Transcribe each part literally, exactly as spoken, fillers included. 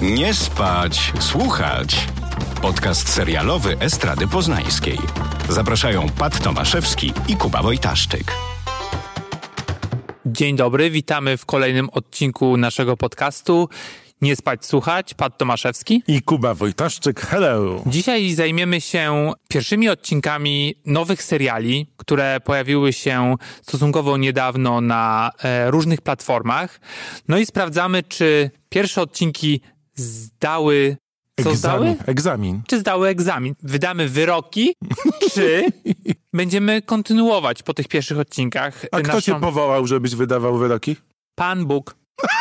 Nie spać, słuchać. Podcast serialowy Estrady Poznańskiej. Zapraszają Pat Tomaszewski i Kuba Wojtaszczyk. Dzień dobry, witamy w kolejnym odcinku naszego podcastu Nie spać, słuchać. Pat Tomaszewski i Kuba Wojtaszczyk. Hello! Dzisiaj zajmiemy się pierwszymi odcinkami nowych seriali, które pojawiły się stosunkowo niedawno na e, różnych platformach. No i sprawdzamy, czy pierwsze odcinki zdały... Co egzamin, zdały? Egzamin. Czy zdały egzamin? Wydamy wyroki, czy będziemy kontynuować po tych pierwszych odcinkach? A kto cię powołał, żebyś wydawał wyroki? Pan Bóg.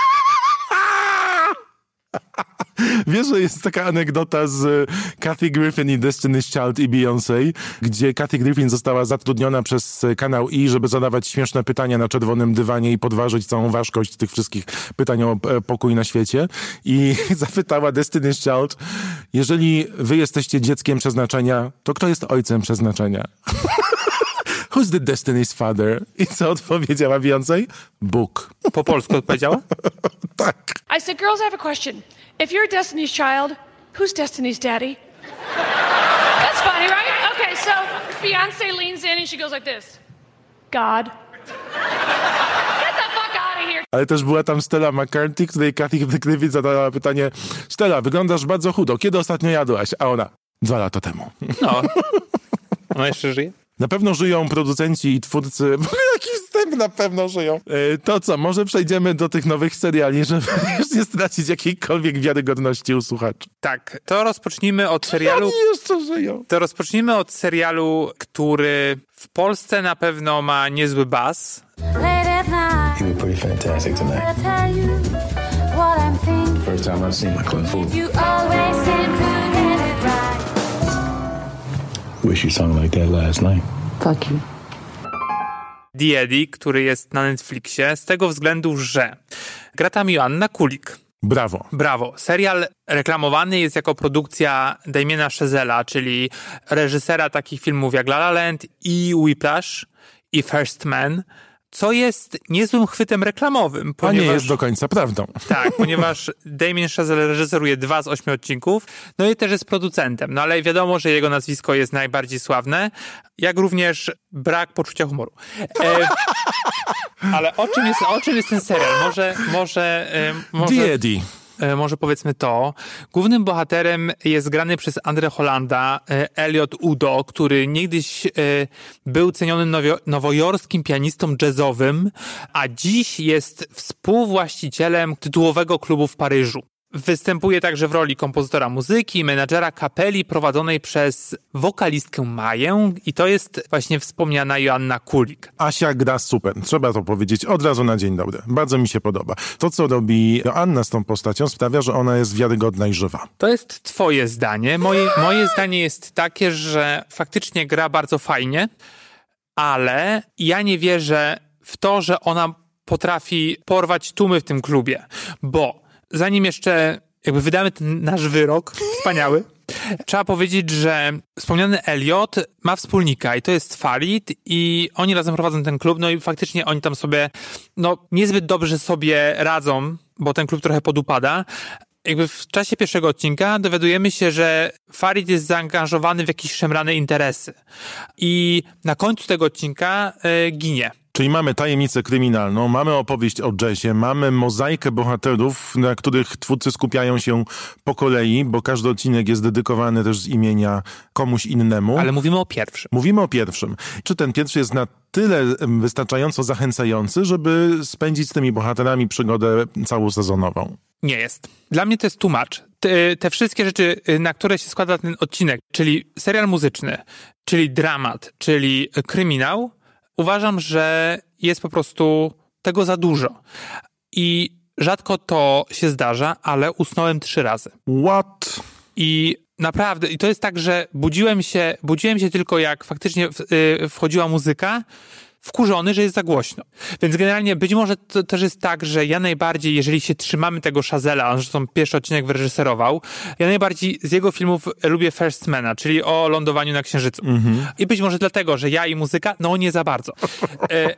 Wiesz, że jest taka anegdota z Kathy Griffin i Destiny's Child i Beyoncé, gdzie Kathy Griffin została zatrudniona przez kanał I, żeby zadawać śmieszne pytania na czerwonym dywanie i podważyć całą ważkość tych wszystkich pytań o pokój na świecie. I zapytała Destiny's Child, jeżeli wy jesteście dzieckiem przeznaczenia, to kto jest ojcem przeznaczenia? Who's the Destiny's father? I co odpowiedziała Beyoncé? Bóg. Po polsku odpowiedziała? Tak. I said, girls, I have a question. If you're Destiny's child, who's Destiny's daddy? That's funny, right? Okay, so Beyonce leans in and she goes like this. God. Get the fuck out of here. Ale też była tam Stella McCartney, której Kathy Griffin zadała pytanie: Stella, wyglądasz bardzo chudo. Kiedy ostatnio jadłaś? A ona: dwa lata temu. No. Ona jeszcze żyje? Na pewno żyją producenci i twórcy. W ogóle jaki wstęp, na pewno żyją. E, to co, może przejdziemy do tych nowych seriali, żeby już nie stracić jakiejkolwiek wiarygodności u słuchaczy. Tak, to rozpocznijmy od serialu... Oni jeszcze żyją. To rozpocznijmy od serialu, który w Polsce na pewno ma niezły buzz. You were pretty fantastic tonight. First time I've seen my Kung Fu. Wish you sung like that last night. Fuck you. The Eddie, który jest na Netflixie, z tego względu, że gra tam Joanna Kulik. Brawo. Brawo. Serial reklamowany jest jako produkcja Damiena Chazella, czyli reżysera takich filmów jak La La Land i Whiplash i First Man, co jest niezłym chwytem reklamowym. Ponieważ, a nie jest do końca prawdą. Tak, ponieważ Damien Chazelle reżyseruje dwa z ośmiu odcinków, no i też jest producentem. No ale wiadomo, że jego nazwisko jest najbardziej sławne, jak również brak poczucia humoru. E, ale o czym jest, o czym jest ten serial? Może... może, e, może The Eddie. Może powiedzmy to. Głównym bohaterem jest grany przez André Hollanda Elliot Udo, który niegdyś był cenionym nowio- nowojorskim pianistą jazzowym, a dziś jest współwłaścicielem tytułowego klubu w Paryżu. Występuje także w roli kompozytora muzyki, menadżera kapeli prowadzonej przez wokalistkę Maję i to jest właśnie wspomniana Joanna Kulik. Asia gra super, trzeba to powiedzieć od razu na dzień dobry. Bardzo mi się podoba. To, co robi Joanna z tą postacią, sprawia, że ona jest wiarygodna i żywa. To jest twoje zdanie. Moje, moje zdanie jest takie, że faktycznie gra bardzo fajnie, ale ja nie wierzę w to, że ona potrafi porwać tłumy w tym klubie, bo zanim jeszcze jakby wydamy ten nasz wyrok, wspaniały, trzeba powiedzieć, że wspomniany Elliot ma wspólnika i to jest Farid i oni razem prowadzą ten klub, no i faktycznie oni tam sobie, no niezbyt dobrze sobie radzą, bo ten klub trochę podupada. Jakby w czasie pierwszego odcinka dowiadujemy się, że Farid jest zaangażowany w jakieś szemrane interesy i na końcu tego odcinka y, ginie. Czyli mamy tajemnicę kryminalną, mamy opowieść o jazzie, mamy mozaikę bohaterów, na których twórcy skupiają się po kolei, bo każdy odcinek jest dedykowany też z imienia komuś innemu. Ale mówimy o pierwszym. Mówimy o pierwszym. Czy ten pierwszy jest na tyle wystarczająco zachęcający, żeby spędzić z tymi bohaterami przygodę całosezonową? Nie jest. Dla mnie to jest tłumacz. Te, te wszystkie rzeczy, na które się składa ten odcinek, czyli serial muzyczny, czyli dramat, czyli kryminał, uważam, że jest po prostu tego za dużo. I rzadko to się zdarza, ale usnąłem trzy razy. What? I naprawdę, i to jest tak, że budziłem się, budziłem się tylko jak faktycznie w, y, wchodziła muzyka, wkurzony, że jest za głośno. Więc generalnie być może to też jest tak, że ja najbardziej, jeżeli się trzymamy tego Chazella, on zresztą pierwszy odcinek wyreżyserował, ja najbardziej z jego filmów lubię First Mana, czyli o lądowaniu na Księżycu. Mm-hmm. I być może dlatego, że ja i muzyka, no nie za bardzo. E,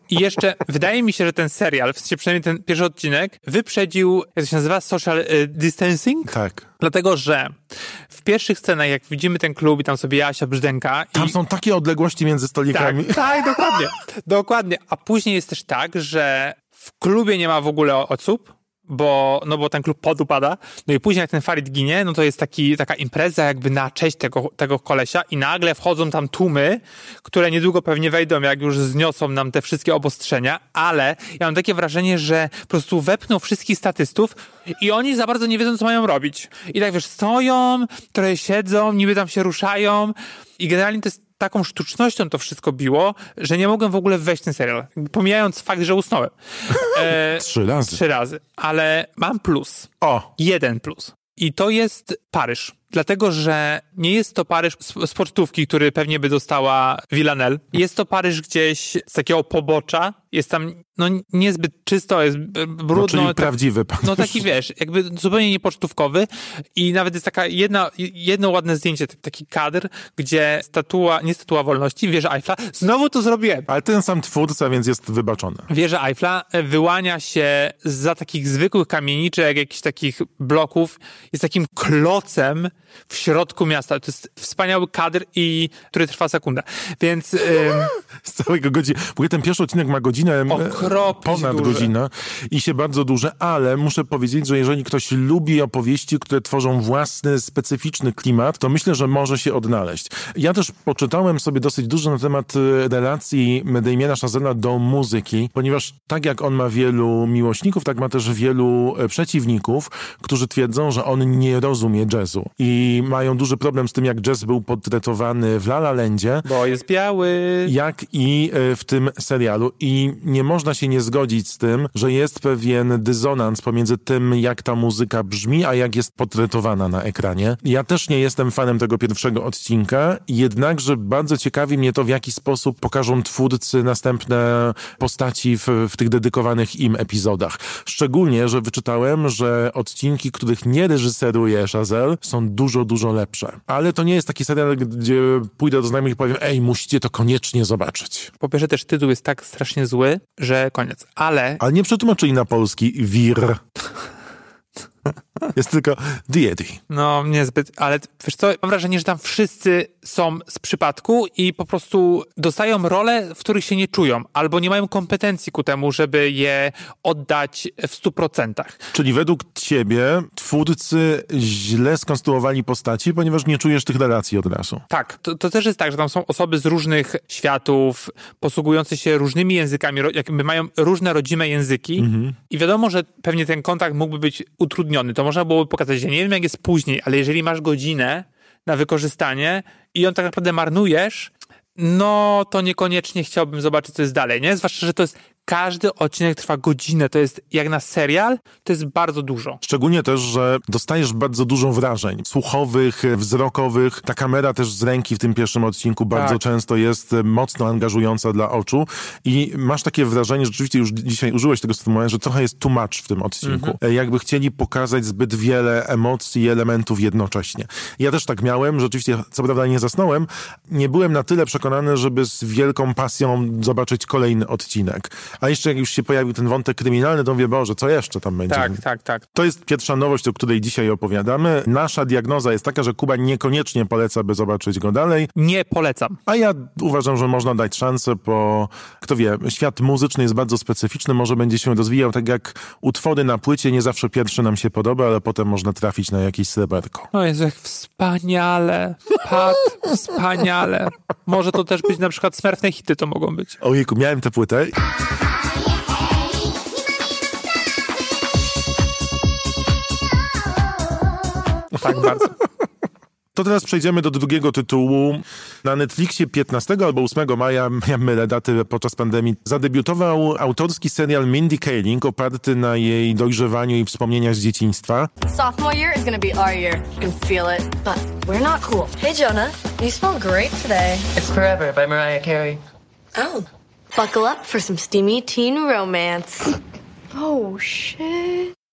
I jeszcze wydaje mi się, że ten serial, w sensie przynajmniej ten pierwszy odcinek, wyprzedził, jak to się nazywa, social y, distancing? Tak. Dlatego, że w pierwszych scenach, jak widzimy ten klub i tam sobie Jasia brzdęka... Tam i... są takie odległości między stolikami. Tak, tak, dokładnie. Dokładnie. A później jest też tak, że w klubie nie ma w ogóle osób, bo, no bo ten klub podupada. No i później jak ten Farid ginie, no to jest taki, taka impreza jakby na cześć tego, tego kolesia i nagle wchodzą tam tłumy, które niedługo pewnie wejdą, jak już zniosą nam te wszystkie obostrzenia, ale ja mam takie wrażenie, że po prostu wepną wszystkich statystów i oni za bardzo nie wiedzą, co mają robić. I tak wiesz, stoją, trochę siedzą, niby tam się ruszają i generalnie to jest taką sztucznością to wszystko biło, że nie mogłem w ogóle wejść w ten serial. Pomijając fakt, że usnąłem. E, Trzy razy. Trzy razy. Ale mam plus. O! Jeden plus. I to jest Paryż. Dlatego, że nie jest to Paryż z sportówki, który pewnie by dostała Villanelle. Jest to Paryż gdzieś z takiego pobocza. Jest tam no niezbyt czysto, jest brudno. No, czyli tak, prawdziwy Paryż. No taki wiesz, jakby zupełnie niepocztówkowy. I nawet jest taka jedna, jedno ładne zdjęcie, taki kadr, gdzie statua, nie statua wolności, wieża Eiffla. Znowu to zrobiłem. Ale ten sam twórca, więc jest wybaczony. Wieża Eiffla wyłania się zza takich zwykłych kamieniczek, jakichś takich bloków. Jest takim klocem w środku miasta. To jest wspaniały kadr, i który trwa sekundę. Więc... Ym... Z całego godziny. W ogóle ten pierwszy odcinek ma godzinę, Okropnie ponad duże. godzinę i się bardzo duże, ale muszę powiedzieć, że jeżeli ktoś lubi opowieści, które tworzą własny, specyficzny klimat, to myślę, że może się odnaleźć. Ja też poczytałem sobie dosyć dużo na temat relacji Damiena Chazella do muzyki, ponieważ tak jak on ma wielu miłośników, tak ma też wielu przeciwników, którzy twierdzą, że on nie rozumie jazzu i mają duży problem z tym, jak jazz był portretowany w La La Landzie. Bo jest biały. Jak i w tym serialu. I nie można się nie zgodzić z tym, że jest pewien dysonans pomiędzy tym, jak ta muzyka brzmi, a jak jest portretowana na ekranie. Ja też nie jestem fanem tego pierwszego odcinka, jednakże bardzo ciekawi mnie to, w jaki sposób pokażą twórcy następne postaci w, w tych dedykowanych im epizodach. Szczególnie, że wyczytałem, że odcinki, których nie reżyseruje Chazelle, są dużo, dużo lepsze. Ale to nie jest taki serial, gdzie pójdę do znajomych i powiem, ej, musicie to koniecznie zobaczyć. Po pierwsze też tytuł jest tak strasznie zły, że koniec. Ale... Ale nie przetłumaczyli na polski wir. Jest tylko deity. No, niezbyt, ale wiesz co, mam wrażenie, że tam wszyscy są z przypadku i po prostu dostają role, w których się nie czują, albo nie mają kompetencji ku temu, żeby je oddać w stu procentach. Czyli według ciebie twórcy źle skonstruowali postaci, ponieważ nie czujesz tych relacji od razu. Tak, to, to też jest tak, że tam są osoby z różnych światów, posługujące się różnymi językami, jakby mają różne rodzime języki mhm. i wiadomo, że pewnie ten kontakt mógłby być utrudniony. To można byłoby pokazać, że nie wiem, jak jest później, ale jeżeli masz godzinę na wykorzystanie i ją tak naprawdę marnujesz, no to niekoniecznie chciałbym zobaczyć, co jest dalej, nie? Zwłaszcza, że to jest każdy odcinek trwa godzinę, to jest jak na serial, to jest bardzo dużo. Szczególnie też, że dostajesz bardzo dużo wrażeń słuchowych, wzrokowych. Ta kamera też z ręki w tym pierwszym odcinku bardzo tak. często jest mocno angażująca dla oczu i masz takie wrażenie, że rzeczywiście już dzisiaj użyłeś tego sformułowania, że trochę jest too much w tym odcinku. Mhm. Jakby chcieli pokazać zbyt wiele emocji i elementów jednocześnie. Ja też tak miałem, rzeczywiście, co prawda nie zasnąłem, nie byłem na tyle przekonany, żeby z wielką pasją zobaczyć kolejny odcinek. A jeszcze jak już się pojawił ten wątek kryminalny, to mówię, Boże, co jeszcze tam będzie? Tak, tak, tak. To jest pierwsza nowość, o której dzisiaj opowiadamy. Nasza diagnoza jest taka, że Kuba niekoniecznie poleca, by zobaczyć go dalej. Nie polecam. A ja uważam, że można dać szansę, bo kto wie, świat muzyczny jest bardzo specyficzny, może będzie się rozwijał tak jak utwory na płycie, nie zawsze pierwszy nam się podoba, ale potem można trafić na jakieś sreberko. O Jezu, jak wspaniale. Pat, wspaniale. Może to też być na przykład Smurfne hity, to mogą być. Ojejku, miałem tę płytę. Tak bardzo. To teraz przejdziemy do drugiego tytułu. Na Netflixie piętnastego albo ósmego maja, ja mylę daty, podczas pandemii, zadebiutował autorski serial Mindy Kaling, oparty na jej dojrzewaniu i wspomnieniach z dzieciństwa. Sophomore year is gonna be our year. You can feel it, but we're not cool. Hey, Jonah, you smell great today. It's Forever by Mariah Carey. Oh. Buckle up for some steamy teen romance. Oh, shit.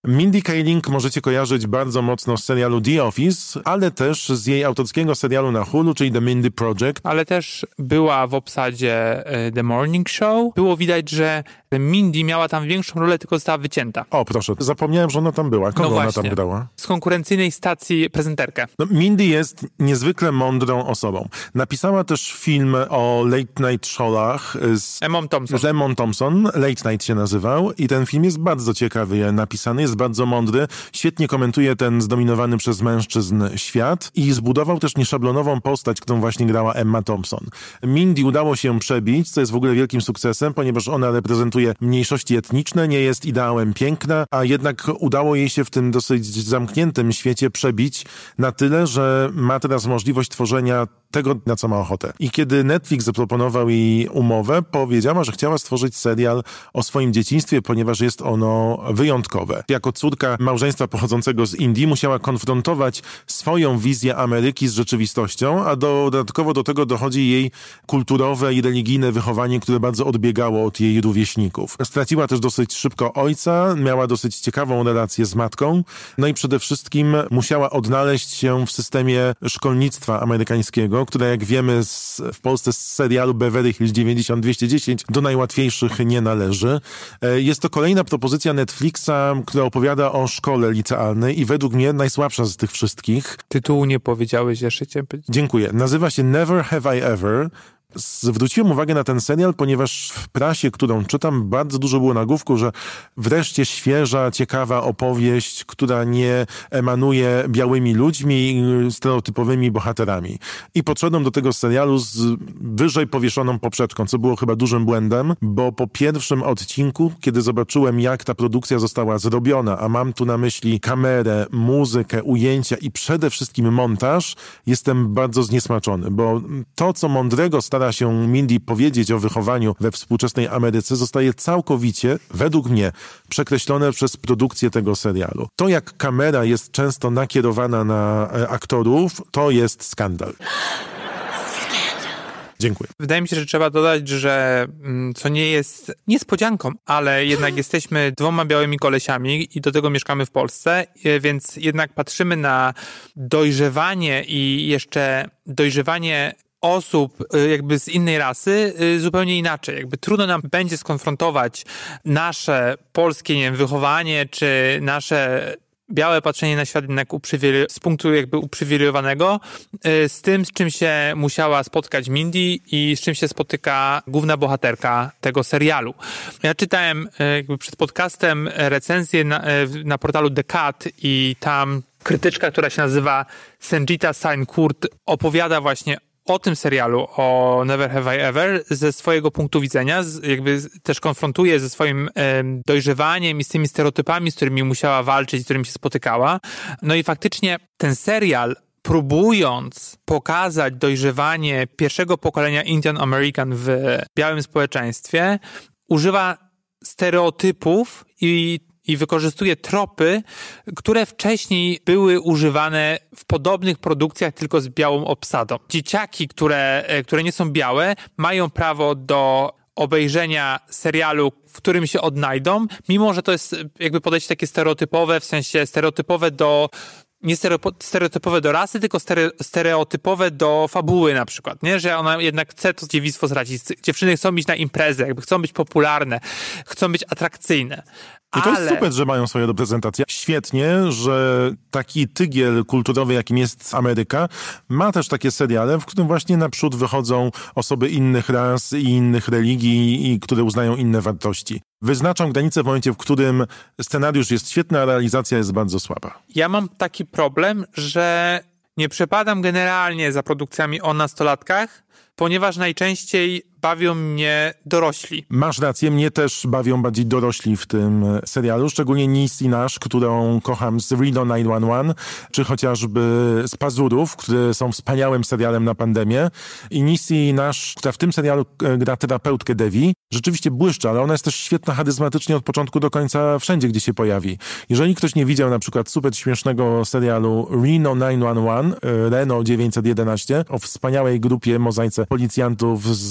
Mindy Kaling możecie kojarzyć bardzo mocno z serialu The Office, ale też z jej autorskiego serialu na Hulu, czyli The Mindy Project. Ale też była w obsadzie The Morning Show. Było widać, że Mindy miała tam większą rolę, tylko została wycięta. O, proszę, zapomniałem, że ona tam była. Kogo no ona tam grała? Z konkurencyjnej stacji prezenterkę. No, Mindy jest niezwykle mądrą osobą. Napisała też film o late night showach z Emmą Thompson. Z Emmą Thompson. Late Night się nazywał i ten film jest bardzo ciekawy napisany, jest bardzo mądry. Świetnie komentuje ten zdominowany przez mężczyzn świat i zbudował też nieszablonową postać, którą właśnie grała Emma Thompson. Mindy udało się przebić, co jest w ogóle wielkim sukcesem, ponieważ ona reprezentuje mniejszości etniczne, nie jest ideałem piękna, a jednak udało jej się w tym dosyć zamkniętym świecie przebić na tyle, że ma teraz możliwość tworzenia tego, na co ma ochotę. I kiedy Netflix zaproponował jej umowę, powiedziała, że chciała stworzyć serial o swoim dzieciństwie, ponieważ jest ono wyjątkowe. Jako córka małżeństwa pochodzącego z Indii musiała konfrontować swoją wizję Ameryki z rzeczywistością, a do, dodatkowo do tego dochodzi jej kulturowe i religijne wychowanie, które bardzo odbiegało od jej rówieśników. Straciła też dosyć szybko ojca, miała dosyć ciekawą relację z matką, no i przede wszystkim musiała odnaleźć się w systemie szkolnictwa amerykańskiego, które jak wiemy z, w Polsce z serialu Beverly Hills dziewięćdziesiąt dwieście dziesięć do najłatwiejszych nie należy. Jest to kolejna propozycja Netflixa, która opowiada o szkole licealnej i według mnie najsłabsza z tych wszystkich. Tytułu nie powiedziałeś jeszcze. Cię... Dziękuję. Nazywa się Never Have I Ever. Zwróciłem uwagę na ten serial, ponieważ w prasie, którą czytam, bardzo dużo było nagłówków, że wreszcie świeża, ciekawa opowieść, która nie emanuje białymi ludźmi, stereotypowymi bohaterami. I podszedłem do tego serialu z wyżej powieszoną poprzeczką, co było chyba dużym błędem, bo po pierwszym odcinku, kiedy zobaczyłem, jak ta produkcja została zrobiona, a mam tu na myśli kamerę, muzykę, ujęcia i przede wszystkim montaż, jestem bardzo zniesmaczony, bo to, co mądrego stara się Mindy powiedzieć o wychowaniu we współczesnej Ameryce, zostaje całkowicie, według mnie, przekreślone przez produkcję tego serialu. To, jak kamera jest często nakierowana na aktorów, to jest skandal. Dziękuję. Wydaje mi się, że trzeba dodać, że co nie jest niespodzianką, ale jednak jesteśmy dwoma białymi kolesiami i do tego mieszkamy w Polsce, więc jednak patrzymy na dojrzewanie i jeszcze dojrzewanie osób jakby z innej rasy zupełnie inaczej. Jakby trudno nam będzie skonfrontować nasze polskie, nie wiem, wychowanie, czy nasze białe patrzenie na świat jednak uprzywile- z punktu jakby uprzywilejowanego z tym, z czym się musiała spotkać Mindy i z czym się spotyka główna bohaterka tego serialu. Ja czytałem jakby przed podcastem recenzję na, na portalu The Cut i tam krytyczka, która się nazywa Sanjita Sain-Kurt, opowiada właśnie o tym serialu, o Never Have I Ever, ze swojego punktu widzenia, z, jakby też konfrontuje ze swoim e, dojrzewaniem i z tymi stereotypami, z którymi musiała walczyć, z którymi się spotykała. No i faktycznie ten serial, próbując pokazać dojrzewanie pierwszego pokolenia Indian American w białym społeczeństwie, używa stereotypów i i wykorzystuje tropy, które wcześniej były używane w podobnych produkcjach, tylko z białą obsadą. Dzieciaki, które, które nie są białe, mają prawo do obejrzenia serialu, w którym się odnajdą, mimo że to jest jakby podejście takie stereotypowe, w sensie stereotypowe do nie stereotypowe do rasy, tylko stereotypowe do fabuły na przykład, nie? Że ona jednak chce to dziewictwo zrazić. Dziewczyny chcą iść na imprezę, jakby chcą być popularne, chcą być atrakcyjne. I to Ale... jest super, że mają swoją reprezentację. Świetnie, że taki tygiel kulturowy, jakim jest Ameryka, ma też takie seriale, w którym właśnie naprzód wychodzą osoby innych ras i innych religii, i które uznają inne wartości. Wyznaczą granicę w momencie, w którym scenariusz jest świetny, a realizacja jest bardzo słaba. Ja mam taki problem, że nie przepadam generalnie za produkcjami o nastolatkach, ponieważ najczęściej bawią mnie dorośli. Masz rację, mnie też bawią bardziej dorośli w tym serialu, szczególnie Niecy Nash, którą kocham z Reno dziewięć jeden jeden, czy chociażby z Pazurów, które są wspaniałym serialem na pandemię. I Niecy Nash, która w tym serialu gra terapeutkę Devi, rzeczywiście błyszczy, ale ona jest też świetna charyzmatycznie od początku do końca wszędzie, gdzie się pojawi. Jeżeli ktoś nie widział na przykład super śmiesznego serialu Reno dziewięć jeden jeden, Reno dziewięćset jedenaście, o wspaniałej grupie mozaice policjantów z Reno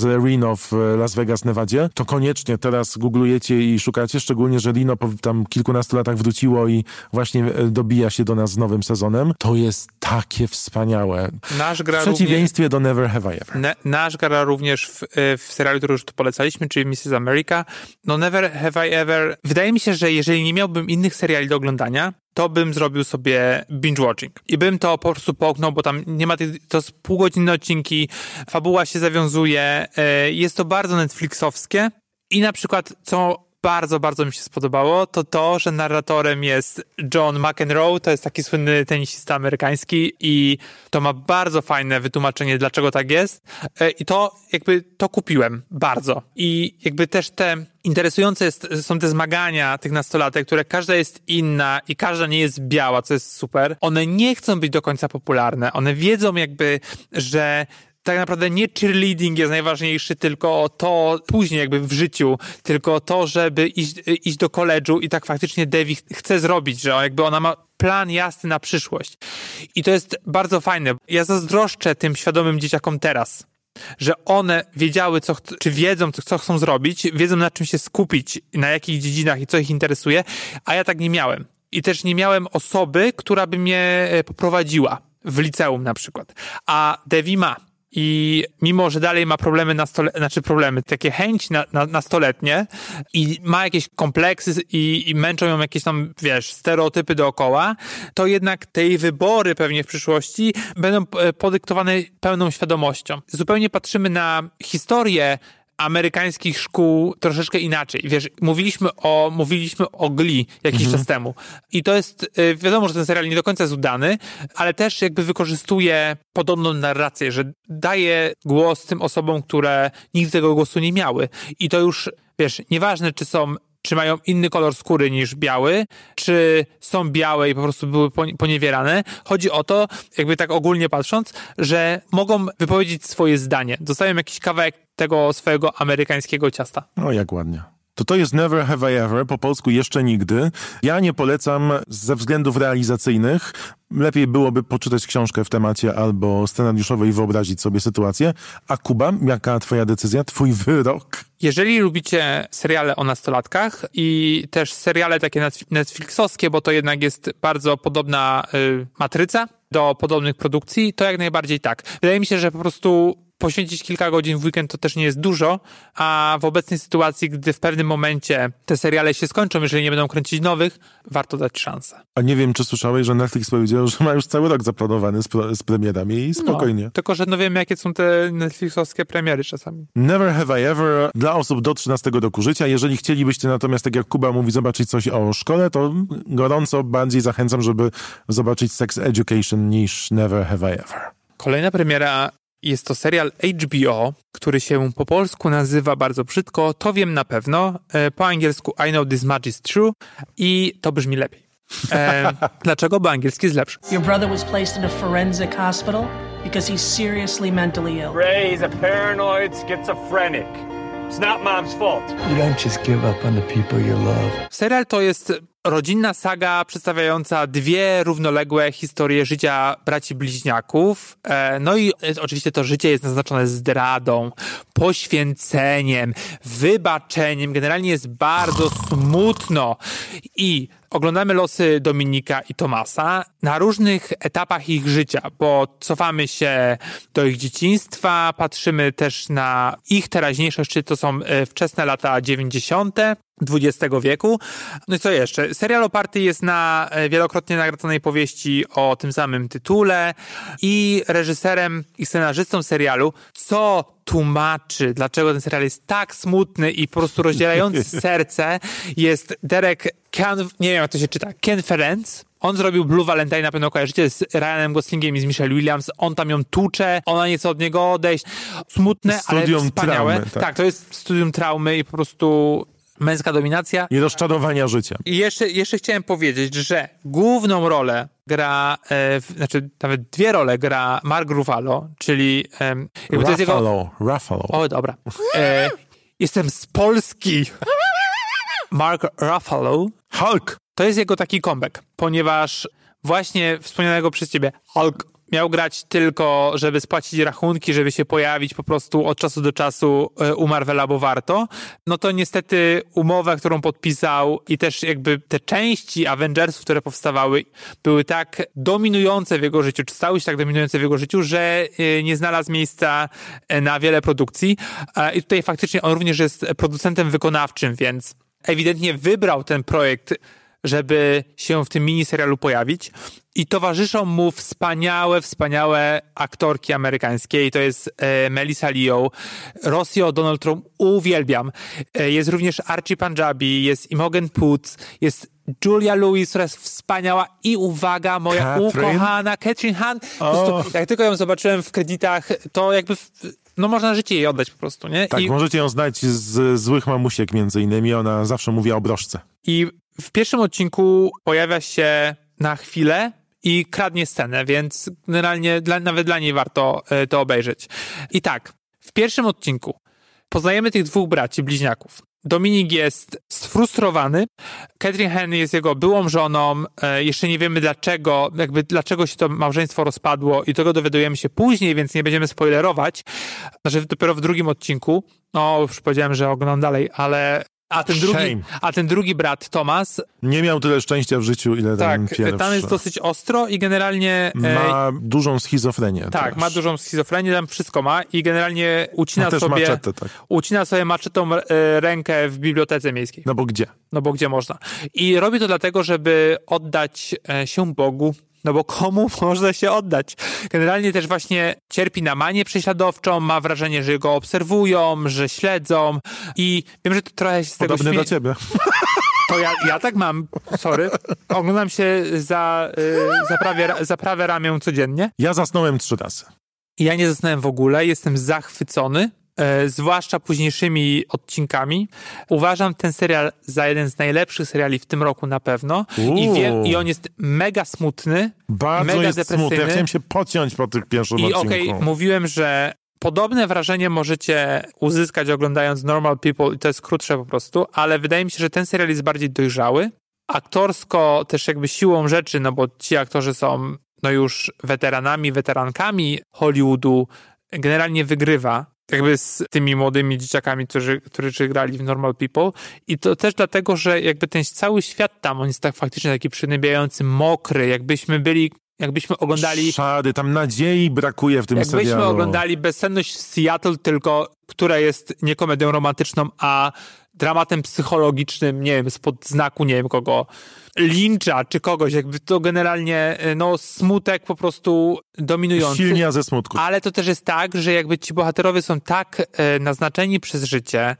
Reno w Las Vegas, Nevadzie, to koniecznie teraz googlujecie i szukacie, szczególnie, że Reno po tam kilkunastu latach wróciło i właśnie dobija się do nas z nowym sezonem. To jest takie wspaniałe. Nasz gra w przeciwieństwie również, do Never Have I Ever. Ne, nasz gra również w, w serialu, który już tu polecaliśmy, czyli missus America. No Never Have I Ever. Wydaje mi się, że jeżeli nie miałbym innych seriali do oglądania, to bym zrobił sobie binge-watching. I bym to po prostu połknął, bo tam nie ma tych, to są półgodzinne odcinki, fabuła się zawiązuje, jest to bardzo netflixowskie i na przykład, co bardzo, bardzo mi się spodobało, to to, że narratorem jest John McEnroe, to jest taki słynny tenisista amerykański i to ma bardzo fajne wytłumaczenie, dlaczego tak jest i to jakby to kupiłem bardzo. I jakby też te interesujące jest, są te zmagania tych nastolatek, które każda jest inna i każda nie jest biała, co jest super. One nie chcą być do końca popularne. One wiedzą jakby, że tak naprawdę nie cheerleading jest najważniejszy, tylko to później jakby w życiu, tylko to, żeby iść, iść do koledżu i tak faktycznie Devi chce zrobić, że jakby ona ma plan jasny na przyszłość. I to jest bardzo fajne. Ja zazdroszczę tym świadomym dzieciakom teraz, że one wiedziały, co ch- czy wiedzą, co, co chcą zrobić, wiedzą na czym się skupić, na jakich dziedzinach i co ich interesuje, a ja tak nie miałem. I też nie miałem osoby, która by mnie poprowadziła w liceum na przykład. A Devi ma. I mimo, że dalej ma problemy na stole, znaczy problemy, takie chęci na, na, nastoletnie i ma jakieś kompleksy i, i męczą ją jakieś tam, wiesz, stereotypy dookoła, to jednak te jej wybory pewnie w przyszłości będą podyktowane pełną świadomością. Zupełnie patrzymy na historię amerykańskich szkół troszeczkę inaczej. Wiesz, mówiliśmy o, mówiliśmy o Glee jakiś mhm. czas temu. I to jest, wiadomo, że ten serial nie do końca jest udany, ale też jakby wykorzystuje podobną narrację, że daje głos tym osobom, które nigdy tego głosu nie miały. I to już, wiesz, nieważne, czy są czy mają inny kolor skóry niż biały, czy są białe i po prostu były poniewierane. Chodzi o to, jakby tak ogólnie patrząc, że mogą wypowiedzieć swoje zdanie. Dostają jakiś kawałek tego swojego amerykańskiego ciasta. O, jak ładnie. To to jest Never Have I Ever, po polsku Jeszcze Nigdy. Ja nie polecam ze względów realizacyjnych. Lepiej byłoby poczytać książkę w temacie albo scenariuszowej i wyobrazić sobie sytuację. A Kuba, jaka twoja decyzja, twój wyrok? Jeżeli lubicie seriale o nastolatkach i też seriale takie netflixowskie, bo to jednak jest bardzo podobna y, matryca do podobnych produkcji, to jak najbardziej tak. Wydaje mi się, że po prostu poświęcić kilka godzin w weekend to też nie jest dużo, a w obecnej sytuacji, gdy w pewnym momencie te seriale się skończą, jeżeli nie będą kręcić nowych, warto dać szansę. A nie wiem, czy słyszałeś, że Netflix powiedział, że ma już cały rok zaplanowany z, pro, z premierami i spokojnie. No, tylko, że no wiemy, jakie są te netflixowskie premiery czasami. Never Have I Ever dla osób do trzynastego roku życia. Jeżeli chcielibyście natomiast, tak jak Kuba mówi, zobaczyć coś o szkole, to gorąco bardziej zachęcam, żeby zobaczyć Sex Education niż Never Have I Ever. Kolejna premiera jest to serial H B O, który się po polsku nazywa bardzo brzydko, to wiem na pewno, po angielsku I Know This Much Is True i to brzmi lepiej. E, dlaczego? Bo angielski jest lepszy. Your brother was placed in a forensic hospital because he's seriously mentally ill. Ray is a paranoid schizophrenic. It's not mom's fault. You don't just give up on the people you love. Serial to jest rodzinna saga przedstawiająca dwie równoległe historie życia braci bliźniaków. No i oczywiście to życie jest naznaczone zdradą, poświęceniem, wybaczeniem. Generalnie jest bardzo smutno. I oglądamy losy Dominika i Tomasa na różnych etapach ich życia, bo cofamy się do ich dzieciństwa, patrzymy też na ich teraźniejszość, czy to są wczesne lata dziewięćdziesiąte dwudziestego wieku. No i co jeszcze? Serial oparty jest na wielokrotnie nagradzanej powieści o tym samym tytule i reżyserem i scenarzystą serialu, co tłumaczy, dlaczego ten serial jest tak smutny i po prostu rozdzielający serce, jest Derek Can, nie wiem jak to się czyta, Conference. On zrobił Blue Valentine, na pewno kojarzycie, z Ryanem Goslingiem i z Michelle Williams. On tam ją tucze, ona nie chce od niego odejść. Smutne, studium ale wspaniałe. Traumy, tak. tak, to jest studium traumy i po prostu męska dominacja. I rozczarowania życia. I jeszcze, jeszcze chciałem powiedzieć, że główną rolę gra, e, w, znaczy nawet dwie role gra Mark Ruffalo, czyli e, jakby Ruffalo, to jest jego... Ruffalo. O, dobra. E, jestem z Polski. Mark Ruffalo. Hulk. To jest jego taki comeback, ponieważ właśnie wspomnianego przez ciebie Hulk miał grać tylko, żeby spłacić rachunki, żeby się pojawić po prostu od czasu do czasu u Marvela, bo warto, no to niestety umowa, którą podpisał i też jakby te części Avengersów, które powstawały, były tak dominujące w jego życiu, czy stały się tak dominujące w jego życiu, że nie znalazł miejsca na wiele produkcji. I tutaj faktycznie on również jest producentem wykonawczym, więc ewidentnie wybrał ten projekt, żeby się w tym miniserialu pojawić. I towarzyszą mu wspaniałe, wspaniałe aktorki amerykańskie. I to jest e, Melissa Leo, Rosie O'Donnell, którą uwielbiam. E, jest również Archie Panjabi, jest Imogen Poots, jest Julia Louis, która jest wspaniała i uwaga, moja Catherine? ukochana Catherine Hahn. Po prostu, jak tylko ją zobaczyłem w kredytach, to jakby... W, no można życie jej oddać po prostu, nie? Tak, I, możecie ją znać z Złych Mamusiek między innymi. Ona zawsze mówi o broszce. I w pierwszym odcinku pojawia się na chwilę i kradnie scenę, więc generalnie dla, nawet dla niej warto y, to obejrzeć. I tak, w pierwszym odcinku poznajemy tych dwóch braci, bliźniaków. Dominik jest sfrustrowany, Catherine Hahn jest jego byłą żoną, e, jeszcze nie wiemy dlaczego, jakby dlaczego się to małżeństwo rozpadło i tego dowiadujemy się później, więc nie będziemy spoilerować, znaczy dopiero w drugim odcinku, no już powiedziałem, że oglądam dalej, ale a ten drugi, a ten drugi brat, Thomas... Nie miał tyle szczęścia w życiu, ile tak, ten pierwszy. Tam jest dosyć ostro i generalnie... Ma e, dużą schizofrenię. Tak, też. ma dużą schizofrenię, tam wszystko ma i generalnie ucina ma też sobie... maczetę, tak. Ucina sobie maczetą e, rękę w bibliotece miejskiej. No bo gdzie? No bo gdzie można. I robi to dlatego, żeby oddać e, się Bogu. No bo komu można się oddać? Generalnie też właśnie cierpi na manię prześladowczą, ma wrażenie, że go obserwują, że śledzą i wiem, że to trochę się z tego Podobny śmie... do ciebie. To ja, ja tak mam, sorry. Oglądam się za, y, za, prawie, za prawe ramię codziennie. Ja zasnąłem trzy razy. Ja nie zasnąłem w ogóle, jestem zachwycony. E, zwłaszcza późniejszymi odcinkami. Uważam ten serial za jeden z najlepszych seriali w tym roku na pewno. I, wiem, I on jest mega smutny, Bardzo mega jest depresyjny. smutny. Ja chciałem się pociąć po tych pierwszym I odcinku. okej, okay, mówiłem, że podobne wrażenie możecie uzyskać oglądając Normal People i to jest krótsze po prostu, ale wydaje mi się, że ten serial jest bardziej dojrzały. Aktorsko też jakby siłą rzeczy, no bo ci aktorzy są no już weteranami, weterankami Hollywoodu, generalnie wygrywa jakby z tymi młodymi dzieciakami, którzy, którzy grali w Normal People. I to też dlatego, że jakby ten cały świat tam, on jest tak faktycznie taki przygnębiający, mokry, jakbyśmy byli, jakbyśmy oglądali... Szary, tam nadziei brakuje w tym jakbyśmy serialu. Jakbyśmy oglądali Bezsenność w Seattle, tylko która jest nie komedią romantyczną, a dramatem psychologicznym, nie wiem, spod znaku, nie wiem kogo, Lyncha czy kogoś, jakby to generalnie, no smutek po prostu dominujący. Silnia ze smutku. Ale to też jest tak, że jakby ci bohaterowie są tak e, naznaczeni przez życie,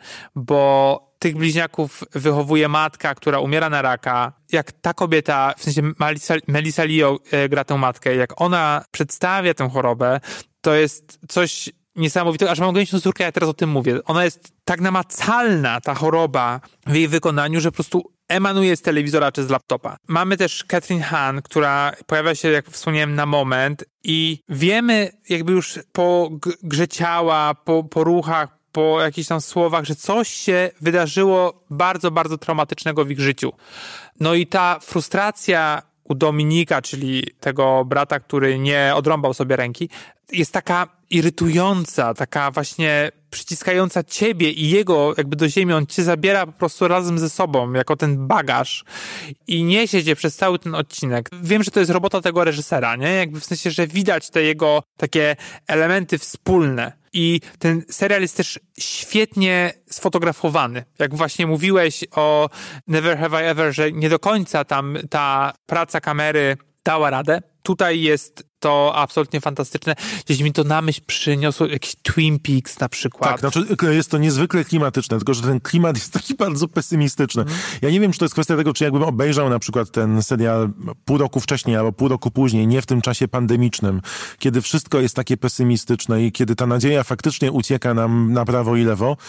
bo tych bliźniaków wychowuje matka, która umiera na raka. Jak ta kobieta, w sensie Melissa, Melissa Leo e, gra tę matkę, jak ona przedstawia tę chorobę, to jest coś niesamowitego, aż mam ograniczną córkę, ja teraz o tym mówię. Ona jest tak namacalna, ta choroba w jej wykonaniu, że po prostu emanuje z telewizora czy z laptopa. Mamy też Catherine Hahn, która pojawia się, jak wspomniałem, na moment i wiemy jakby już po grze ciała, po, po ruchach, po jakichś tam słowach, że coś się wydarzyło bardzo, bardzo traumatycznego w ich życiu. No i ta frustracja u Dominika, czyli tego brata, który nie odrąbał sobie ręki, jest taka irytująca, taka właśnie przyciskająca ciebie i jego jakby do ziemi. On cię zabiera po prostu razem ze sobą, jako ten bagaż i niesie cię przez cały ten odcinek. Wiem, że to jest robota tego reżysera, nie? Jakby w sensie, że widać te jego takie elementy wspólne. I ten serial jest też świetnie sfotografowany. Jak właśnie mówiłeś o Never Have I Ever, że nie do końca tam ta praca kamery dała radę. Tutaj jest to absolutnie fantastyczne. Gdzieś mi to na myśl przyniosło jakiś Twin Peaks na przykład. Tak, znaczy jest to niezwykle klimatyczne, tylko że ten klimat jest taki bardzo pesymistyczny. Mm. Ja nie wiem, czy to jest kwestia tego, czy jakbym obejrzał na przykład ten serial pół roku wcześniej albo pół roku później, nie w tym czasie pandemicznym, kiedy wszystko jest takie pesymistyczne i kiedy ta nadzieja faktycznie ucieka nam na prawo i lewo,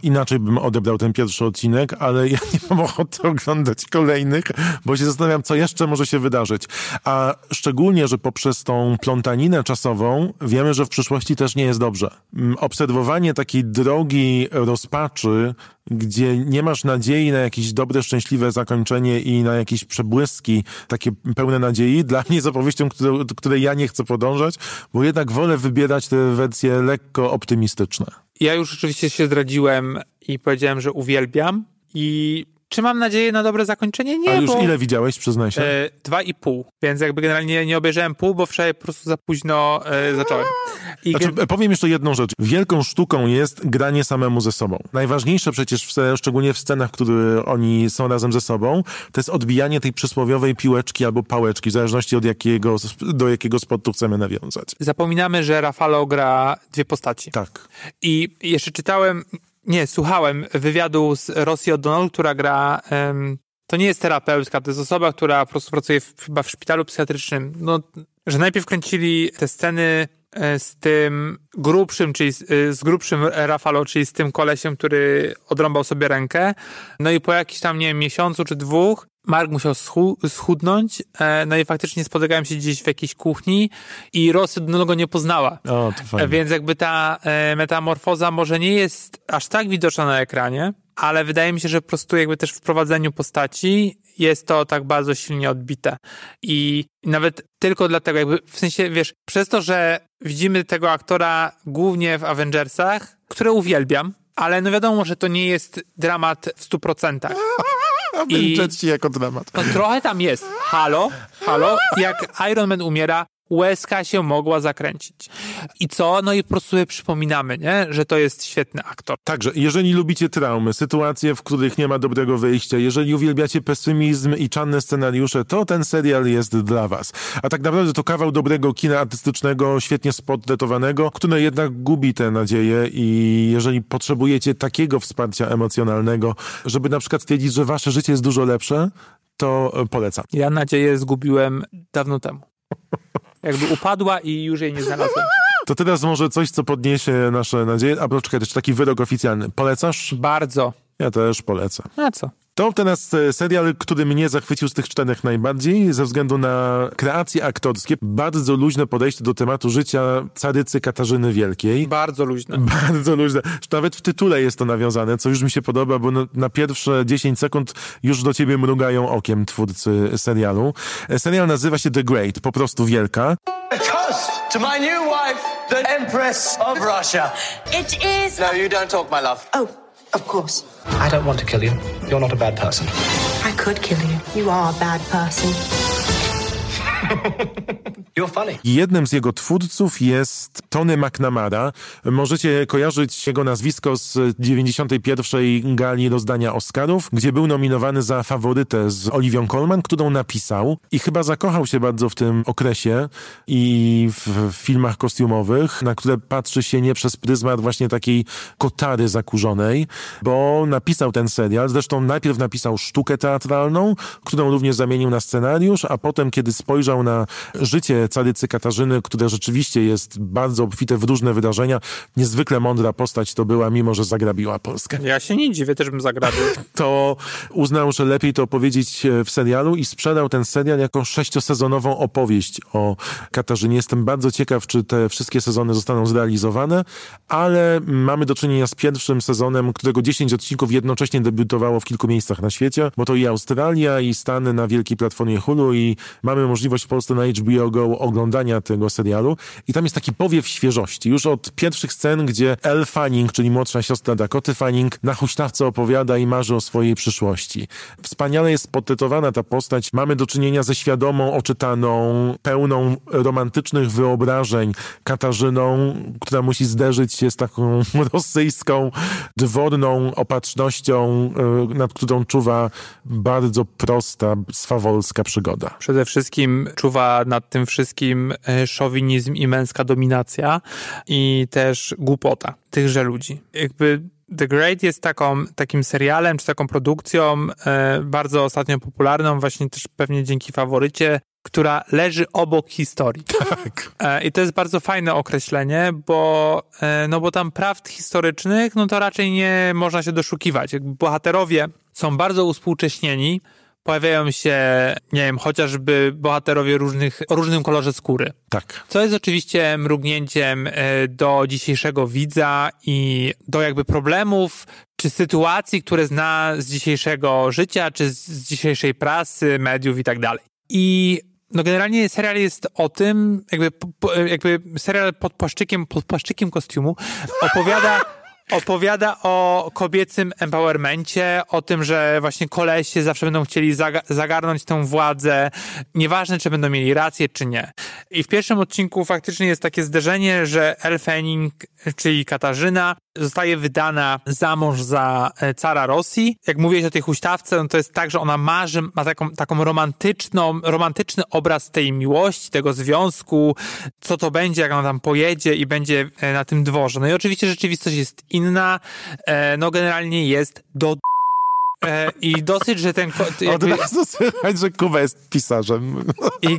inaczej bym odebrał ten pierwszy odcinek, ale ja nie mam ochoty oglądać kolejnych, bo się zastanawiam, co jeszcze może się wydarzyć. A szczególnie, że poprzez tą plątaninę czasową wiemy, że w przyszłości też nie jest dobrze. Obserwowanie takiej drogi rozpaczy, gdzie nie masz nadziei na jakieś dobre, szczęśliwe zakończenie i na jakieś przebłyski takie pełne nadziei, dla mnie jest opowieścią, której, której ja nie chcę podążać, bo jednak wolę wybierać te wersje lekko optymistyczne. Ja już oczywiście się zdradziłem i powiedziałem, że uwielbiam i czy mam nadzieję na dobre zakończenie? Nie, A już bo... ile widziałeś, przyznaj się? E, dwa i pół, więc jakby generalnie nie obejrzałem pół, bo wczoraj po prostu za późno e, zacząłem. I znaczy, gen... Powiem jeszcze jedną rzecz. Wielką sztuką jest granie samemu ze sobą. Najważniejsze przecież, w, szczególnie w scenach, w których oni są razem ze sobą, to jest odbijanie tej przysłowiowej piłeczki albo pałeczki, w zależności od jakiego, do jakiego spotu chcemy nawiązać. Zapominamy, że Ruffalo gra dwie postaci. Tak. I jeszcze czytałem... Nie, słuchałem wywiadu z Rosie O'Donnell, która gra... Um, to nie jest terapeutka, to jest osoba, która po prostu pracuje w, chyba w szpitalu psychiatrycznym. No, że najpierw kręcili te sceny z tym grubszym, czyli z, z grubszym Ruffalo, czyli z tym kolesiem, który odrąbał sobie rękę. No i po jakimś tam, nie wiem, miesiącu czy dwóch Mark musiał schu- schudnąć, no i faktycznie spotykałem się gdzieś w jakiejś kuchni i Rosy no go nie poznała. O, to fajnie. Więc jakby ta e, metamorfoza może nie jest aż tak widoczna na ekranie, ale wydaje mi się, że po prostu jakby też w prowadzeniu postaci jest to tak bardzo silnie odbite. I nawet tylko dlatego, jakby w sensie, wiesz, przez to, że widzimy tego aktora głównie w Avengersach, które uwielbiam, ale no wiadomo, że to nie jest dramat w stu procentach. Avengersi jako dramat. No trochę tam jest. Halo, halo, jak Iron Man umiera, łezka się mogła zakręcić. I co? No i po prostu sobie przypominamy, nie? Że to jest świetny aktor. Także, jeżeli lubicie traumy, sytuacje, w których nie ma dobrego wyjścia, jeżeli uwielbiacie pesymizm i czarne scenariusze, to ten serial jest dla was. A tak naprawdę to kawał dobrego kina artystycznego, świetnie sportretowanego, które jednak gubi tę nadzieję i jeżeli potrzebujecie takiego wsparcia emocjonalnego, żeby na przykład stwierdzić, że wasze życie jest dużo lepsze, to polecam. Ja nadzieję zgubiłem dawno temu. Jakby upadła i już jej nie znalazłem. To teraz może coś, co podniesie nasze nadzieje. A poczekaj, to jest taki wyrok oficjalny. Polecasz? Bardzo. Ja też polecam. A co? To teraz serial, który mnie zachwycił z tych czterech najbardziej, ze względu na kreacje aktorskie. Bardzo luźne podejście do tematu życia carycy Katarzyny Wielkiej. Bardzo luźne. Bardzo luźne. Nawet w tytule jest to nawiązane, co już mi się podoba, bo na pierwsze dziesięć sekund już do ciebie mrugają okiem twórcy serialu. Serial nazywa się The Great, po prostu Wielka. A toast to my new wife, the Empress of Russia. It is... No, you don't talk, my love. Oh, of course. I don't want to kill you. You're not a bad person. I could kill you. You are a bad person. You're funny. Jednym z jego twórców jest Tony McNamara. Możecie kojarzyć jego nazwisko z dziewięćdziesiątej pierwszej gali rozdania Oscarów, gdzie był nominowany za faworytę z Oliwią Colman, którą napisał i chyba zakochał się bardzo w tym okresie i w filmach kostiumowych, na które patrzy się nie przez pryzmat właśnie takiej kotary zakurzonej, bo napisał ten serial. Zresztą najpierw napisał sztukę teatralną, którą również zamienił na scenariusz, a potem, kiedy spojrzał na życie carycy Katarzyny, które rzeczywiście jest bardzo obfite w różne wydarzenia. Niezwykle mądra postać to była, mimo że zagrabiła Polskę. Ja się nie dziwię, też bym zagrabił. To uznał, że lepiej to opowiedzieć w serialu i sprzedał ten serial jako sześciosezonową opowieść o Katarzynie. Jestem bardzo ciekaw, czy te wszystkie sezony zostaną zrealizowane, ale mamy do czynienia z pierwszym sezonem, którego dziesięć odcinków jednocześnie debiutowało w kilku miejscach na świecie, bo to i Australia, i Stany na wielkiej platformie Hulu i mamy możliwość w Polsce na H B O Go oglądania tego serialu i tam jest taki powiew świeżości. Już od pierwszych scen, gdzie Elle Fanning, czyli młodsza siostra Dakoty Fanning, na huśtawce opowiada i marzy o swojej przyszłości. Wspaniale jest portretowana ta postać. Mamy do czynienia ze świadomą, oczytaną, pełną romantycznych wyobrażeń Katarzyną, która musi zderzyć się z taką rosyjską, dworną opatrznością, nad którą czuwa bardzo prosta, swawolska przygoda. Przede wszystkim czuwa nad tym wszystkim szowinizm i męska dominacja i też głupota tychże ludzi. Jakby The Great jest taką, takim serialem, czy taką produkcją e, bardzo ostatnio popularną, właśnie też pewnie dzięki faworycie, która leży obok historii. Tak. I to jest bardzo fajne określenie, bo, no bo tam prawd historycznych, no to raczej nie można się doszukiwać. Bohaterowie są bardzo uspółcześnieni, pojawiają się, nie wiem, chociażby bohaterowie różnych, o różnym kolorze skóry. Tak. Co jest oczywiście mrugnięciem do dzisiejszego widza i do jakby problemów czy sytuacji, które zna z dzisiejszego życia, czy z dzisiejszej prasy, mediów i tak dalej. I no generalnie serial jest o tym, jakby, jakby serial pod płaszczykiem, pod płaszczykiem kostiumu opowiada... Opowiada o kobiecym empowermencie, o tym, że właśnie kolesie zawsze będą chcieli zaga- zagarnąć tę władzę, nieważne, czy będą mieli rację, czy nie. I w pierwszym odcinku faktycznie jest takie zderzenie, że Elle Fanning, czyli Katarzyna, zostaje wydana za mąż za cara Rosji. Jak mówiłeś o tej huśtawce, no to jest tak, że ona marzy, ma taką, taką romantyczną, romantyczny obraz tej miłości, tego związku, co to będzie, jak ona tam pojedzie i będzie na tym dworze. No i oczywiście rzeczywistość jest inna, no generalnie jest do i dosyć, że ten... Jakby... Od razu słychać, że Kuba jest pisarzem. I...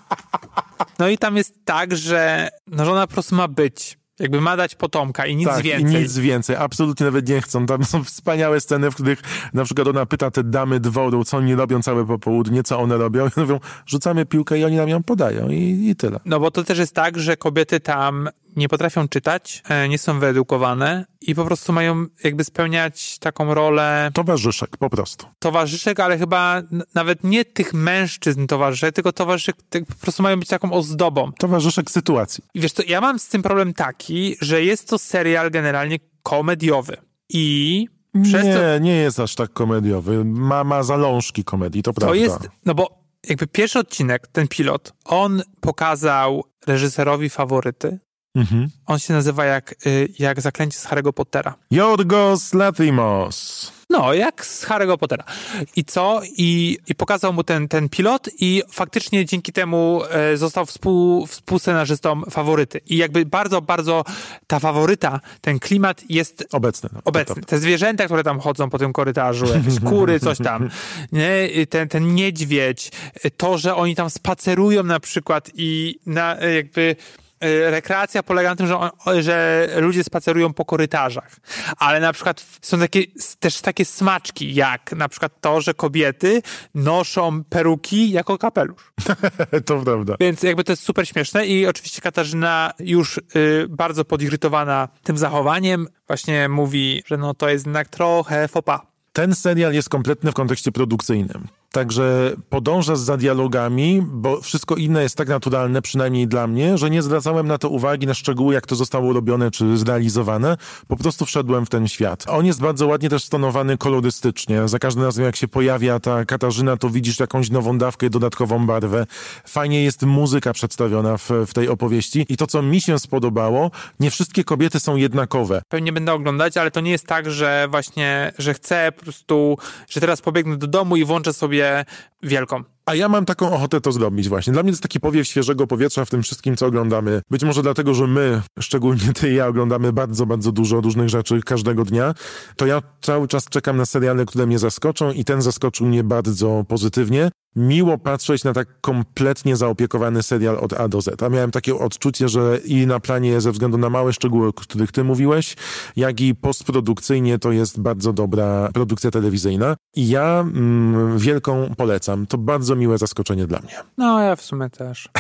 No i tam jest tak, że, no, że ona po prostu ma być. Jakby ma dać potomka i nic tak, więcej. i nic więcej. Absolutnie nawet nie chcą. Tam są wspaniałe sceny, w których na przykład ona pyta te damy dworu, co oni robią całe popołudnie, co one robią. I mówią, rzucamy piłkę i oni nam ją podają i, i tyle. No bo to też jest tak, że kobiety tam nie potrafią czytać, nie są wyedukowane i po prostu mają jakby spełniać taką rolę... Towarzyszek, po prostu. Towarzyszek, ale chyba nawet nie tych mężczyzn towarzyszek, tylko towarzyszek po prostu mają być taką ozdobą. Towarzyszek sytuacji. I wiesz co, ja mam z tym problem taki, że jest to serial generalnie komediowy i... Przez nie, to, nie jest aż tak komediowy. Ma, ma zalążki komedii, to, to prawda. To jest, no bo jakby pierwszy odcinek, ten pilot, on pokazał reżyserowi faworyty. Mhm. On się nazywa jak, jak Zaklęcie z Harry'ego Pottera. Yorgos Lanthimos. No, jak z Harry'ego Pottera. I co? I, i pokazał mu ten, ten pilot i faktycznie dzięki temu e, został współ, współscenarzystą faworyty. I jakby bardzo, bardzo ta faworyta, ten klimat jest obecny. No, obecny. to, to. Te zwierzęta, które tam chodzą po tym korytarzu, jakieś kury, coś tam. Nie? Ten, ten niedźwiedź, to, że oni tam spacerują na przykład i na jakby... Rekreacja polega na tym, że, on, że ludzie spacerują po korytarzach. Ale na przykład są takie, też takie smaczki, jak na przykład to, że kobiety noszą peruki jako kapelusz. To prawda. Więc jakby to jest super śmieszne i oczywiście Katarzyna już y, bardzo podirytowana tym zachowaniem właśnie mówi, że no to jest jednak trochę faux pas. Ten serial jest kompletny w kontekście produkcyjnym. Także podąża za dialogami, bo wszystko inne jest tak naturalne, przynajmniej dla mnie, że nie zwracałem na to uwagi, na szczegóły, jak to zostało robione czy zrealizowane. Po prostu wszedłem w ten świat. On jest bardzo ładnie też stonowany kolorystycznie. Za każdym razem, jak się pojawia ta Katarzyna, to widzisz jakąś nową dawkę, dodatkową barwę. Fajnie jest muzyka przedstawiona w, w tej opowieści. I to, co mi się spodobało, nie wszystkie kobiety są jednakowe. Pewnie będę oglądać, ale to nie jest tak, że właśnie, że chcę po prostu, że teraz pobiegnę do domu i włączę sobie wielką. A ja mam taką ochotę to zrobić właśnie. Dla mnie to jest taki powiew świeżego powietrza w tym wszystkim, co oglądamy. Być może dlatego, że my, szczególnie ty i ja, oglądamy bardzo, bardzo dużo różnych rzeczy każdego dnia, to ja cały czas czekam na seriale, które mnie zaskoczą i ten zaskoczył mnie bardzo pozytywnie. Miło patrzeć na tak kompletnie zaopiekowany serial od A do Z. A miałem takie odczucie, że i na planie ze względu na małe szczegóły, o których ty mówiłeś, jak i postprodukcyjnie to jest bardzo dobra produkcja telewizyjna. I ja mm, wielką polecam. To bardzo miłe zaskoczenie dla mnie. No, ja w sumie też.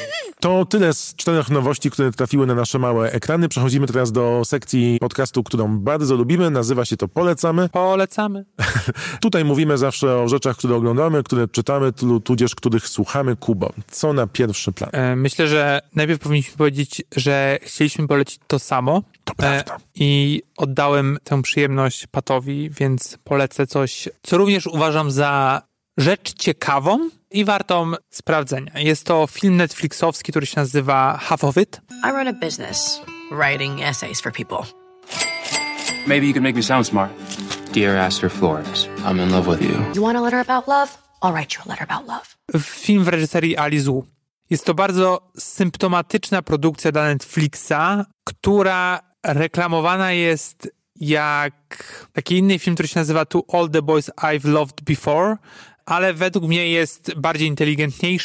To tyle z czterech nowości, które trafiły na nasze małe ekrany. Przechodzimy teraz do sekcji podcastu, którą bardzo lubimy. Nazywa się to Polecamy. Polecamy. Tutaj mówimy zawsze o rzeczach, które oglądamy, które czytamy, tudzież których słuchamy. Kubo, co na pierwszy plan? Myślę, że najpierw powinniśmy powiedzieć, że chcieliśmy polecić to samo. To prawda. I oddałem tę przyjemność Patowi, więc polecę coś, co również uważam za rzecz ciekawą i wartą sprawdzenia. Jest to film netflixowski, który się nazywa Half of It. I run a business, writing essays for people. Maybe you could make me sound smart. Dear Aster Flores, I'm in love with you. You want a letter about love? I'll write you a letter about love. Film w reżyserii Ali Zhu. Jest to bardzo symptomatyczna produkcja dla Netflixa, która reklamowana jest jak taki inny film, który się nazywa To All the Boys I've Loved Before, ale według mnie jest bardziej inteligentniejsza.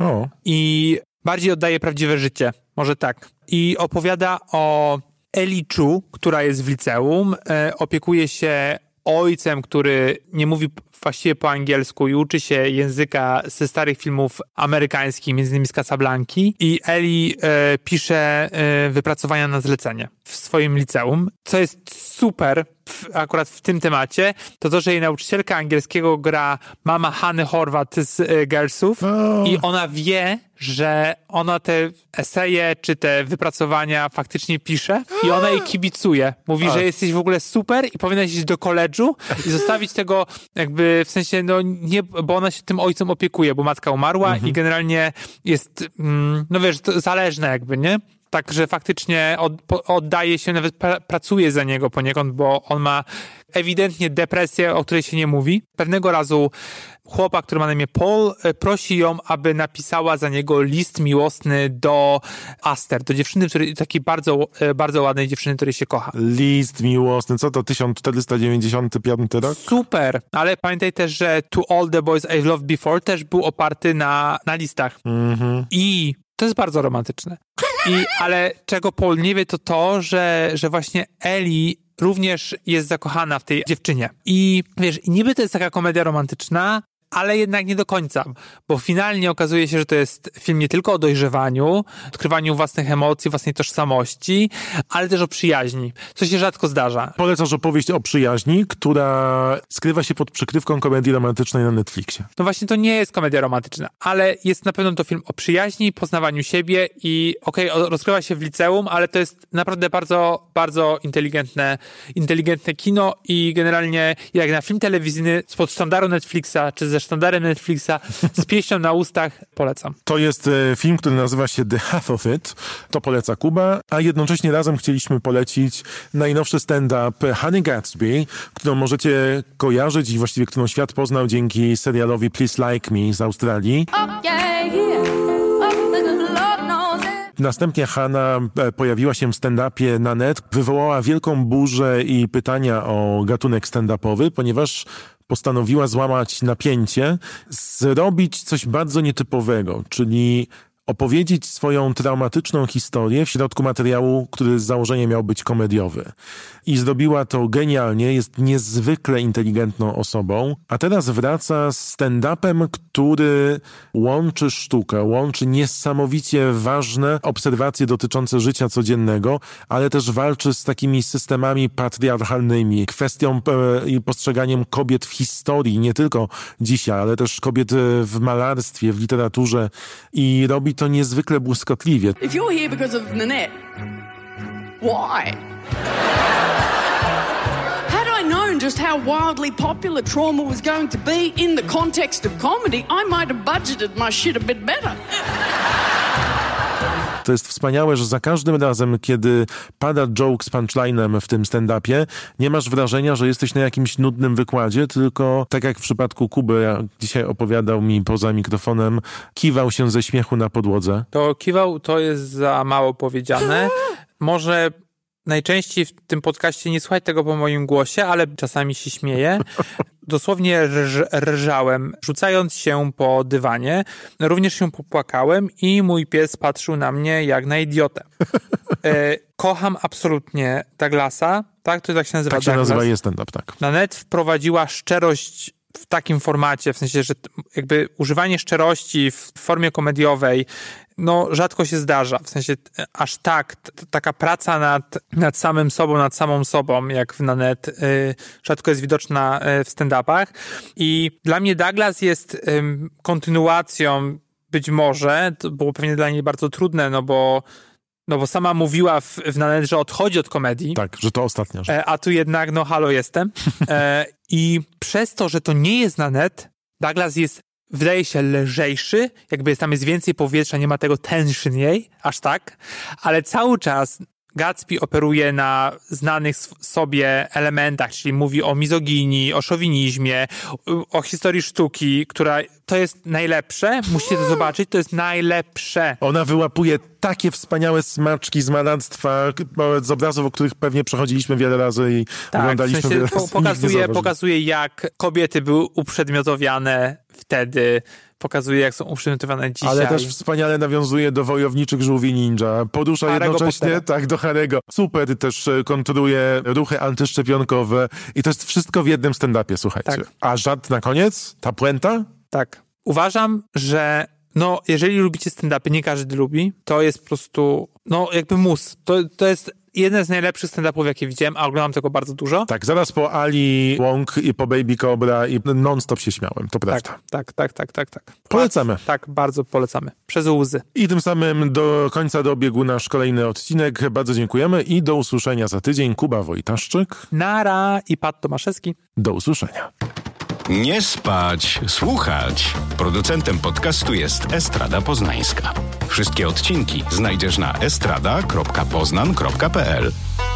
O. I bardziej oddaje prawdziwe życie, może tak. I opowiada o Eli Chu, która jest w liceum, e, opiekuje się ojcem, który nie mówi właściwie po angielsku i uczy się języka ze starych filmów amerykańskich, między innymi z Casablanki. I Eli e, pisze e, wypracowania na zlecenie w swoim liceum. Co jest super w, akurat w tym temacie, to to, że jej nauczycielka angielskiego gra mama Hany Horvat z e, Girlsów oh. i ona wie, że ona te eseje czy te wypracowania faktycznie pisze i ona jej kibicuje. Mówi, oh. że jesteś w ogóle super i powinnaś iść do koledżu i zostawić tego jakby w sensie, no nie, bo ona się tym ojcem opiekuje, bo matka umarła mm-hmm. i generalnie jest, mm, no wiesz, zależna jakby, nie? Także faktycznie od, po, oddaje się, nawet pra, pracuje za niego poniekąd, bo on ma ewidentnie depresję, o której się nie mówi. Pewnego razu chłopak, który ma na imię Paul, prosi ją, aby napisała za niego list miłosny do Aster, do dziewczyny, której, takiej bardzo, bardzo ładnej dziewczyny, której się kocha. List miłosny, co to, tysiąc czterysta dziewięćdziesiąty piąty rok? Super, ale pamiętaj też, że To All the Boys I've Loved Before też był oparty na, na listach. Mm-hmm. I to jest bardzo romantyczne. I, ale czego Paul nie wie, to to, że, że właśnie Eli również jest zakochana w tej dziewczynie. I wiesz, niby to jest taka komedia romantyczna, ale jednak nie do końca, bo finalnie okazuje się, że to jest film nie tylko o dojrzewaniu, odkrywaniu własnych emocji, własnej tożsamości, ale też o przyjaźni, co się rzadko zdarza. Polecasz opowieść o przyjaźni, która skrywa się pod przykrywką komedii romantycznej na Netflixie. No właśnie to nie jest komedia romantyczna, ale jest na pewno to film o przyjaźni, poznawaniu siebie i okej, okay, rozgrywa się w liceum, ale to jest naprawdę bardzo, bardzo inteligentne, inteligentne kino i generalnie jak na film telewizyjny spod sztandaru Netflixa, czy ze sztandarem Netflixa, z pieśnią na ustach, polecam. To jest e, film, który nazywa się The Half of It. To poleca Kuba, a jednocześnie razem chcieliśmy polecić najnowszy stand-up Honey Gatsby, którą możecie kojarzyć i właściwie którą świat poznał dzięki serialowi Please Like Me z Australii. Oh, yeah, yeah. Następnie Hanna pojawiła się w stand-upie na net, wywołała wielką burzę i pytania o gatunek stand-upowy, ponieważ postanowiła złamać napięcie, zrobić coś bardzo nietypowego, czyli opowiedzieć swoją traumatyczną historię w środku materiału, który z założenia miał być komediowy. I zrobiła to genialnie, jest niezwykle inteligentną osobą, a teraz wraca z stand-upem, który łączy sztukę, łączy niesamowicie ważne obserwacje dotyczące życia codziennego, ale też walczy z takimi systemami patriarchalnymi, kwestią e, i postrzeganiem kobiet w historii, nie tylko dzisiaj, ale też kobiet w malarstwie, w literaturze i robi to niezwykle błyskotliwie. If you're here because of Nanette, why? Had I known just how wildly popular Trauma was going to be in the context of comedy, I might have budgeted my shit a bit better. To jest wspaniałe, że za każdym razem, kiedy pada joke z punchline'em w tym stand-upie, nie masz wrażenia, że jesteś na jakimś nudnym wykładzie, tylko tak jak w przypadku Kuby, jak dzisiaj opowiadał mi poza mikrofonem, kiwał się ze śmiechu na podłodze. To kiwał to jest za mało powiedziane. Może najczęściej w tym podcaście nie słuchać tego po moim głosie, ale czasami się śmieję. Dosłownie rż, rżałem, rzucając się po dywanie. Również się popłakałem i mój pies patrzył na mnie jak na idiotę. E, kocham absolutnie Douglasa. Tak? To tak się nazywa. Tak się Douglas. nazywa, jest stand-up, tak. Na net wprowadziła szczerość w takim formacie, w sensie, że jakby używanie szczerości w formie komediowej no rzadko się zdarza, w sensie aż tak, t- taka praca nad, nad samym sobą, nad samą sobą, jak w Nanette, y, rzadko jest widoczna y, w stand-upach i dla mnie Douglas jest y, kontynuacją być może, to było pewnie dla niej bardzo trudne, no bo No bo sama mówiła w, w Nanette, że odchodzi od komedii. Tak, że to ostatnia rzecz. E, a tu jednak, no halo, jestem. E, I przez to, że to nie jest Nanette, Douglas jest, wydaje się, lżejszy, jakby tam jest więcej powietrza, nie ma tego tension jej, aż tak, ale cały czas Gatsby operuje na znanych sobie elementach, czyli mówi o mizoginii, o szowinizmie, o historii sztuki, która to jest najlepsze. Musicie to zobaczyć, to jest najlepsze. Ona wyłapuje takie wspaniałe smaczki z malarstwa, z obrazów, o których pewnie przechodziliśmy wiele razy i tak, oglądaliśmy w sensie wiele po, razy. Pokazuje, pokazuje, jak kobiety były uprzedmiotowiane wtedy pokazuje, jak są uprzywilejowane dzisiaj. Ale też wspaniale nawiązuje do Wojowniczych Żółwi Ninja. Porusza Harry'ego jednocześnie, Pottera. tak, do Harry'ego. Super też kontroluje ruchy antyszczepionkowe i to jest wszystko w jednym stand-upie, słuchajcie. Tak. A żart na koniec? Ta puenta? Tak. Uważam, że no, jeżeli lubicie stand-upy, nie każdy lubi, to jest po prostu, no, jakby mus. To, to jest jeden z najlepszych stand-upów, jakie widziałem, a oglądam tego bardzo dużo. Tak, zaraz po Ali Wong i po Baby Cobra i non-stop się śmiałem, to prawda. Tak, tak, tak, tak, tak, tak. Polecamy. Tak, bardzo polecamy. Przez łzy. I tym samym do końca dobiegł nasz kolejny odcinek. Bardzo dziękujemy i do usłyszenia za tydzień. Kuba Wojtaszczyk. Nara i Pat Tomaszewski. Do usłyszenia. Nie spać, słuchać. Producentem podcastu jest Estrada Poznańska. Wszystkie odcinki znajdziesz na estrada kropka poznan kropka p l.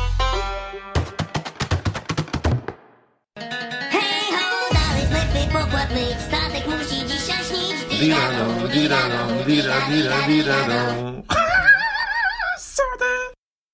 Hej ho, dalej zlepy pokładnych, statek musi dzisiaj śnić. Dirano, dirano, dira, dira, dirano.